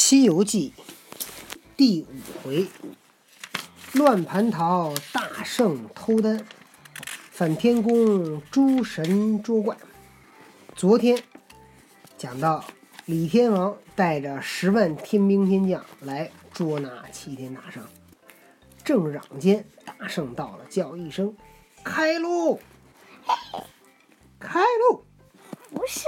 西游记第5回，乱蟠桃大圣偷丹，反天宫诸神捉怪。昨天讲到李天王带着10万天兵天将来捉拿齐天大圣，正嚷间，大圣到了，叫一声：“开路！开路！” 不是，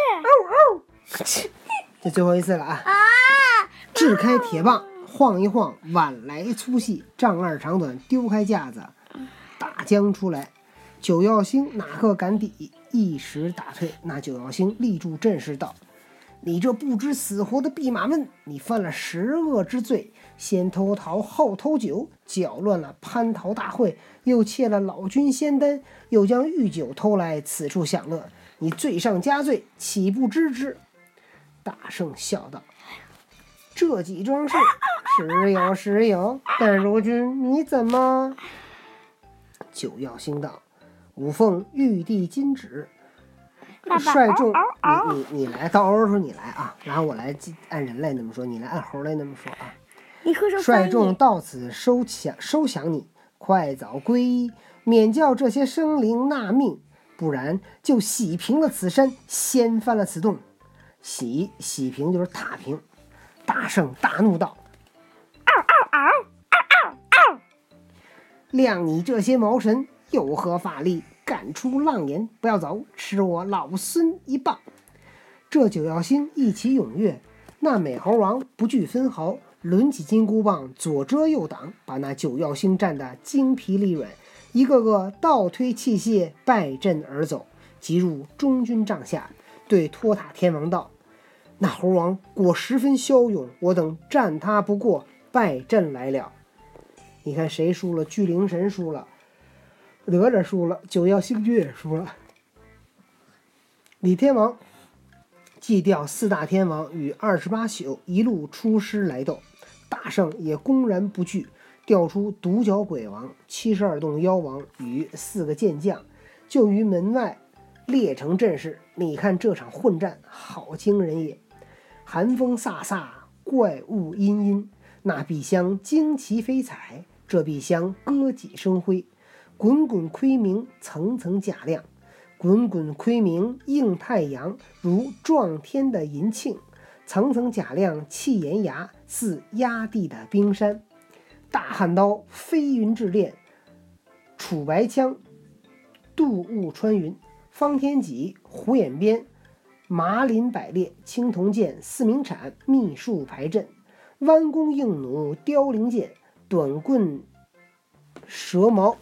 这最后一次了啊！掷开铁棒，晃一晃，碗来粗细，丈二长短，丢开架子，大将出来。九曜星哪个敢抵？一时打退。那九曜星立住阵势道：“你这不知死活的弼马温，你犯了10恶之罪，先偷桃，后偷酒，搅乱了蟠桃大会，又窃了老君仙丹，又将御酒偷来此处享乐，你罪上加罪，岂不知之？”大圣笑道：“这几桩事时有，但如今你怎么？”九曜星道：“吾奉玉帝金旨，率众，你来，到嗷的时候你来啊，然后我来按人来那么说，你来按猴来那么说啊。 你会说率众到此收降你，快早归依，免叫这些生灵纳命，不然就洗平了此山，掀翻了此洞。洗平就是踏平。”大圣大怒道：“谅你这些毛神有何法力，敢出浪言？不要走，吃我老孙一棒！”这九曜星一起踊跃，那美猴王不惧分毫，抡起金箍棒，左遮右挡，把那九曜星战得精疲力软，一个个倒推器械，败阵而走，即入中军帐下，对托塔天王道：“那猴王果十分骁勇，我等战他不过，败阵来了。”你看谁输了？巨灵神输了，哪吒输了，九曜星君也输了。李天王祭调4大天王与28宿一路出师来斗，大圣也公然不惧，调出独角鬼王、72洞妖王与4个健将，就于门外列成阵势。你看这场混战好惊人也！寒风飒飒，怪物阴阴，那碧香旌旗飞彩，这碧香歌戟生辉，滚滚亏明，层层甲亮，滚滚亏明映太阳，如撞天的银磬，层层甲亮气岩崖，似压地的冰山。大汉刀飞云至炼，楚白枪渡雾穿云，方天戟虎眼鞭，麻林百列，青铜剑4明铲，密树排阵，弯弓硬弩凋零剑，短棍蛇矛。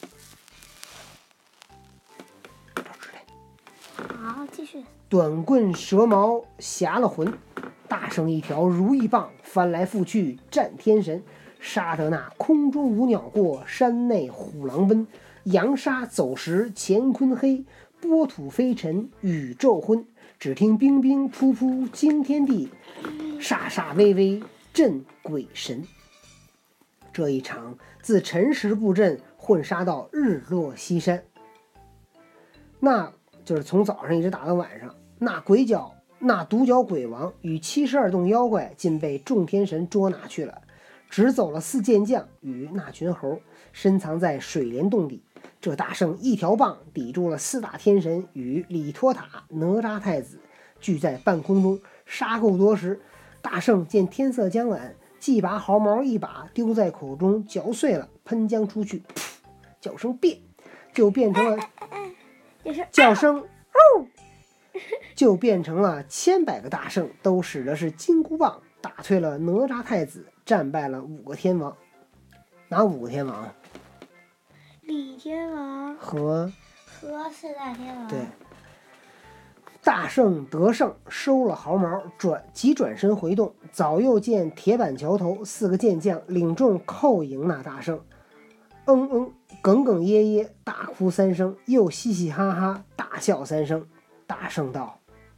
好，继续。 短棍蛇矛侠了魂，大圣一条如意棒，翻来覆去战天神，杀得那空中无鸟过，山内虎狼奔，扬沙走石乾坤黑，波土飞尘宇宙昏。只听冰冰扑扑惊天地，煞煞巍巍震鬼神。这一场自辰时布阵，混杀到日落西山，那就是从早上一直打到晚上。那独角鬼王与72洞妖怪尽被众天神捉拿去了，只走了4健将与那群猴，深藏在水帘洞底。这大圣一条棒抵住了4大天神与李托塔、哪吒太子，聚在半空中，杀够多时。大圣见天色将晚，即拔毫毛一把丢在口中，嚼碎了，喷将出去，叫声变，就变成了叫声就变成了千百个大圣，都使的是金箍棒，打退了哪吒太子，战败了5个天王。哪5个天王？ 李天王和 4大天王。 对，大圣得胜，收了毫毛，急转身回洞，早又见铁板桥头4个健将领众叩迎那大圣，哽哽咽咽，大哭3声，又嘻嘻哈哈大笑3声。大圣道：“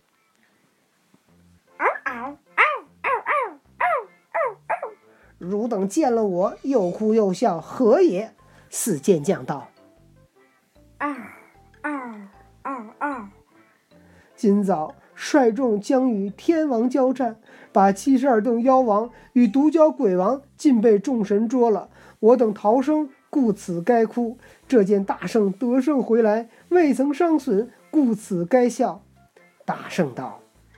汝等见了我，又哭又笑，何也？”4健将道：“今早率众将与天王交战，把72洞妖王与独角鬼王尽被众神捉了。我等逃生，故此该哭。这件大圣得胜回来，未曾伤损，故此该笑。大圣道：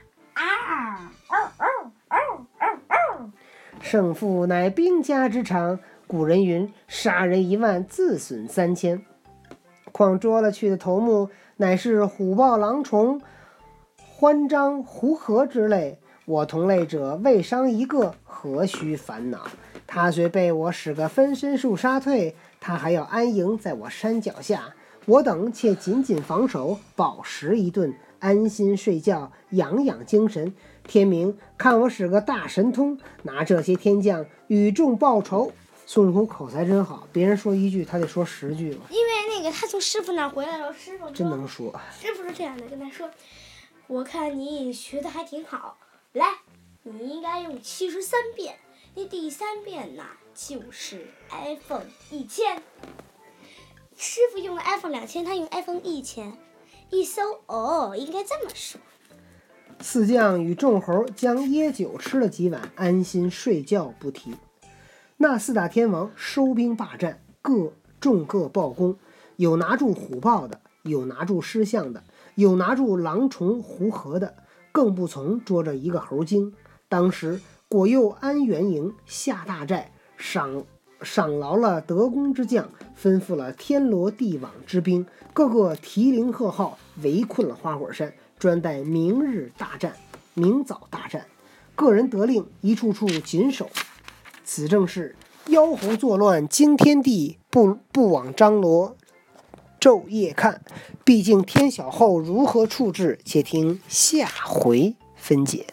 胜负乃兵家之常，古人云：杀人10000，自损3000。况捉了去的头目，乃是虎豹狼虫、獾獐狐貉之类，我同类者未伤一个，何须烦恼？他虽被我使个分身术杀退，他还要安营在我山脚下，我等且紧紧防守，饱食一顿，安心睡觉，养养精神。天明看我使个大神通，拿这些天将与众报仇。孙悟空口才真好，别人说1句他得说10句嘛。 因为那个他从师傅那儿回来的时候，师傅真能说。 师傅是这样的，跟他说：“我看你学的还挺好，来，你应该用73遍，你第3遍呢就是 iPhone 1000。”师傅用了 iPhone 2000，他用 iPhone 1000，一搜应该这么说。 四将与众猴将椰酒吃了几碗，安心睡觉不提。那4大天王收兵霸占，各报功，有拿住虎豹的，有拿住狮象的，有拿住狼虫狐貉的，更不从捉着一个猴精。当时果又安元营，下大寨，赏劳了德功之将，吩咐了天罗地网之兵，个个提铃喝号，围困了花果山，专待明早大战。个人得令，一处处紧守。此正是妖猴作乱惊天地，不枉张罗昼夜看。毕竟天晓后如何处置，且听下回分解。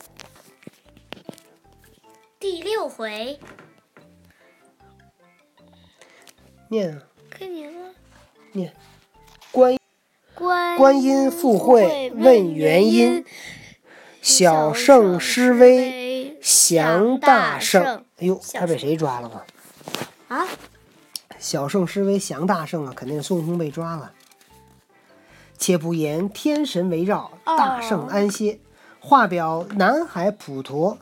第6回， 念啊， 该念了。 念。观音附会问元因，小圣施威降大圣。哎呦，他被谁抓了吗？ 啊？ 小圣施威降大圣啊，肯定是孙悟空被抓了。且不言天神围绕，大圣安歇。画表南海普陀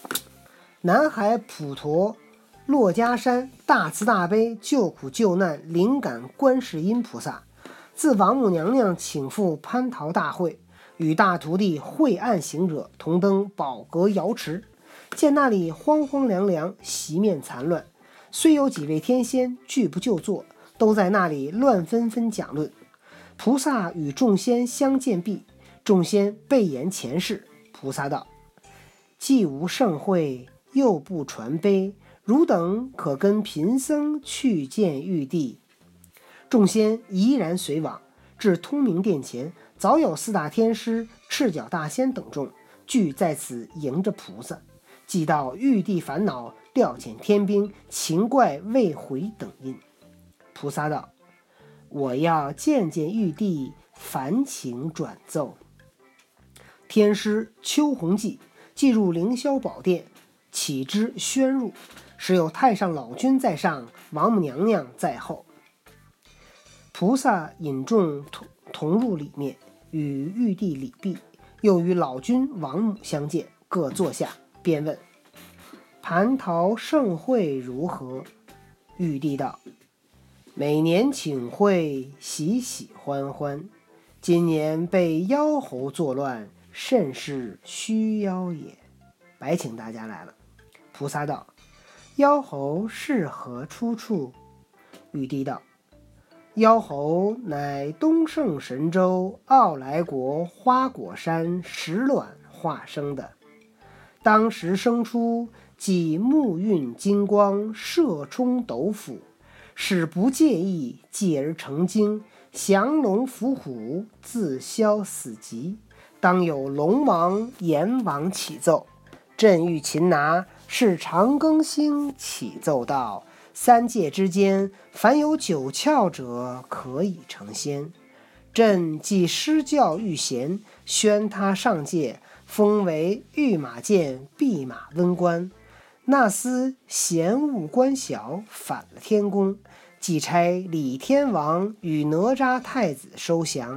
珞珈山大慈大悲救苦救难灵感观世音菩萨，自王母娘娘请赴蟠桃大会，与大徒弟晦暗行者同登宝阁瑶池，见那里荒荒凉凉，席面残乱，虽有几位天仙拒不就坐，都在那里乱纷纷讲论。菩萨与众仙相见毕，众仙备言前世。菩萨道：既无盛会，又不传悲，汝等可跟贫僧去见玉帝。众仙怡然随往，至通明殿前，早有4大天师、赤脚大仙等众俱在此迎着菩萨。既到玉帝烦恼，调遣天兵，情怪未回等因。菩萨道：我要见见玉帝，烦请转奏。天师邱弘济即入凌霄宝殿，启之宣入，时有太上老君在上，王母娘娘在后。菩萨引众同入里面，与玉帝礼毕，又与老君王母相见，各坐下，便问：蟠桃盛会如何？玉帝道：每年请会，喜喜欢欢，今年被妖猴作乱，甚是虚妖也。白请大家来了。菩萨道：妖猴是何出处？玉帝道：妖猴乃东胜神州傲来国花果山石卵化生的，当时生出即目运金光，射冲斗府，使不介意，继而成精，降龙伏虎，自消死疾。当有龙王阎王启奏，朕欲擒拿，是长庚星启奏道：三界之间，凡有9窍者，可以成仙。朕既施教玉贤，宣他上界，封为御马监弼马温官。那厮嫌物官小，反了天宫，即差李天王与哪吒太子收降，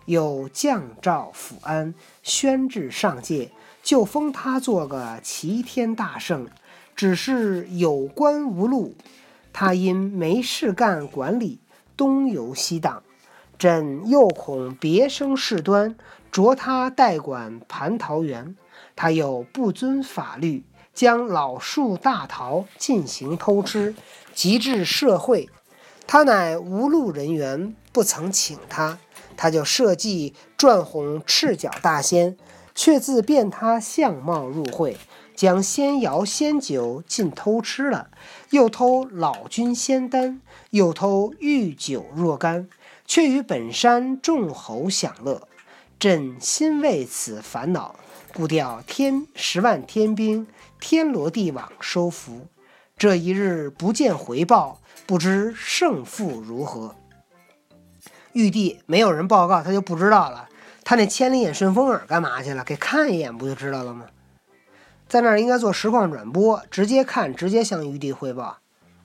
有降诏抚安，宣至上界，就封他做个齐天大圣。只是有官无禄，他因没事干管理，东游西荡。朕又恐别生事端，着他代管蟠桃园。他又不遵法律，将老树大桃进行偷吃，极致社会。他乃无路人员，不曾请他，他就设计转哄赤脚大仙，却自变他相貌入会，将仙肴仙酒尽偷吃了，又偷老君仙丹，又偷御酒若干，却与本山众侯享乐。朕心为此烦恼，故调10万天兵，天罗地网收服。这一日不见回报，不知胜负如何。玉帝没有人报告，他就不知道了。他那千里眼顺风耳干嘛去了？给看一眼不就知道了吗？在那儿应该做实况转播，直接看，直接向玉帝汇报。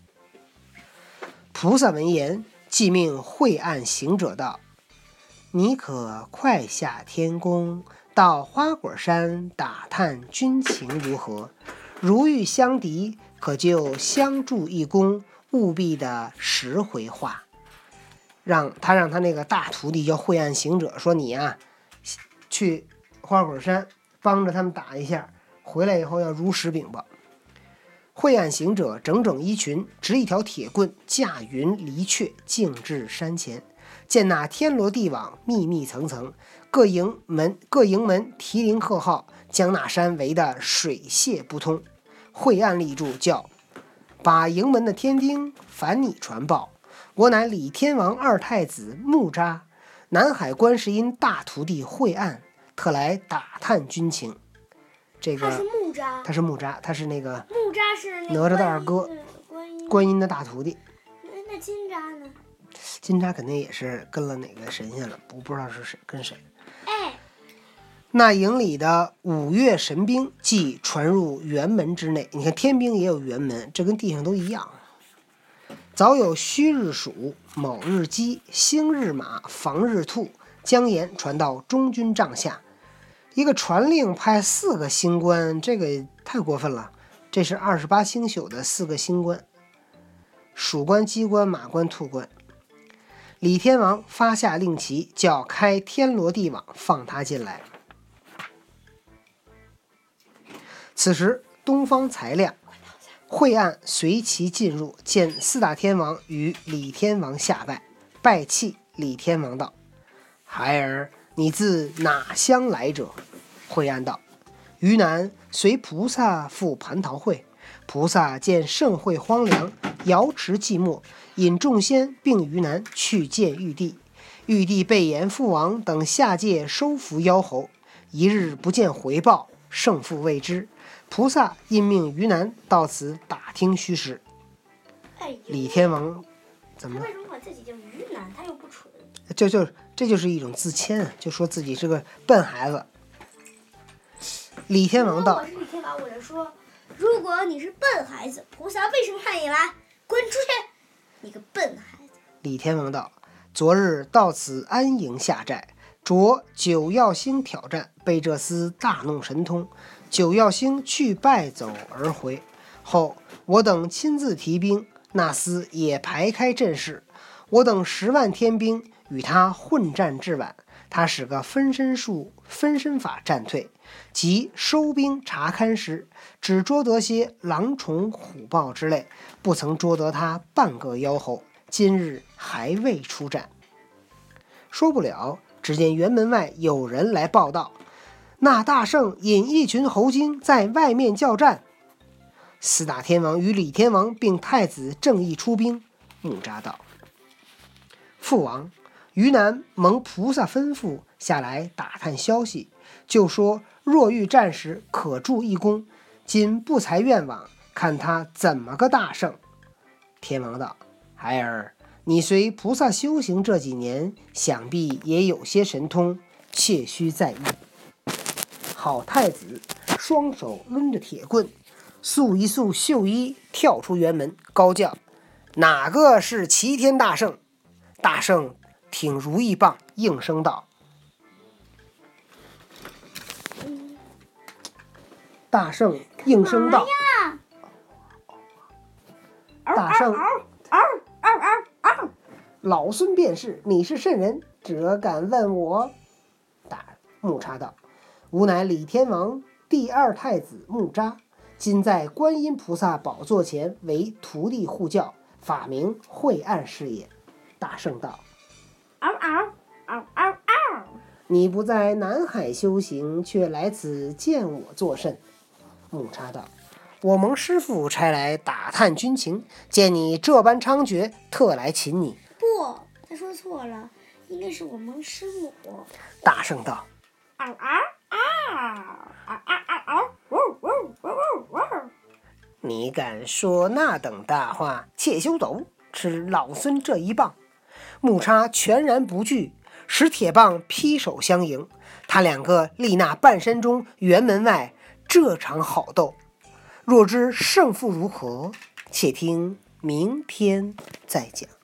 菩萨闻言，即命晦暗行者道：“你可快下天宫，到花果山打探军情如何？如遇相敌，可就相助一功，务必的10回话。”让他那个大徒弟叫晦暗行者说：“你啊，去花果山帮着他们打一下，回来以后要如实禀报。”晦暗行者整整一群，执一条铁棍，驾云离阙，径至山前。见那天罗地网密密层层，各营门提铃喝号，将那山围得水泄不通。晦暗立住，叫：“把营门的天丁烦你传报，我乃李天王二太子木吒，南海观世音大徒弟晦暗，特来打探军情。”这个他是木吒， 他是那个木吒是那哪吒的二哥，观音的大徒弟。 那金吒呢？ 金吒肯定也是跟了哪个神仙了，不知道是谁跟谁。 哎， 那营里的5岳神兵即传入辕门之内。你看天兵也有辕门，这跟地上都一样。早有戌日鼠、卯日鸡、辛日马、房日兔，将言传到中军帐下。一个传令派4个星官，这个太过分了。这是28星宿的4个星官：鼠官、鸡官、马官、兔官。李天王发下令旗，叫开天罗地网，放他进来。此时东方才亮，晦暗随其进入，见4大天王与李天王下拜，拜泣。李天王道：“孩儿，你自哪乡来者？”晦暗道：“余南随菩萨赴蟠桃会，菩萨见盛会荒凉，瑶池寂寞，引众仙并余南去见玉帝。玉帝备言父王等下界收服妖猴，一日不见回报，胜负未知。菩萨因命余南到此打听虚实。” 哎， 李天王怎么了？ 他为什么管自己叫鱼男？他又不蠢。 这就是一种自谦，就说自己是个笨孩子。李天王道：“ 我是李天王，我就说，如果你是笨孩子，菩萨为什么派你来？滚出去！你个笨孩子！” 李天王道：“昨日到此安营下寨，着九曜星挑战，被这厮大弄神通，九曜星去败走而回。后我等亲自提兵，那厮也排开阵势，我等10万天兵与他混战至晚，他使个分身法战退。即收兵查勘时，只捉得些狼虫虎豹之类，不曾捉得他半个妖猴。今日还未出战。”说不了，只见辕门外有人来报道：“那大圣引一群猴精在外面叫战。”4大天王与李天王并太子正义出兵。木吒道：“父王，余南蒙菩萨吩咐下来打探消息，就说若遇战时可助一功，今不才愿往，看他怎么个大圣。”天王道：“孩儿，你随菩萨修行这几年，想必也有些神通，切须在意。”好太子双手抡着铁棍，束一束袖衣，跳出辕门，高叫：“哪个是齐天大圣？”大圣挺如意棒，应声道：“ 大圣应声道：“大圣，老孙便是，你是甚人？怎敢问我？”木叉道：“吾乃李天王第二太子木扎，今在观音菩萨宝座前为徒弟护教，法名晦暗师也。”大圣道：“你不在南海修行，却来此见我作甚？”木叉道：“我蒙师父差来打探军情，见你这般猖獗，特来擒你。” 不，他说错了，应该是我蒙师母。 大圣道：“你敢说那等大话，且休走，吃老孙这一棒！”木叉全然不惧，使铁棒劈手相迎。他两个立那半山中辕门外，这场好斗，若知胜负如何，且听明天再讲。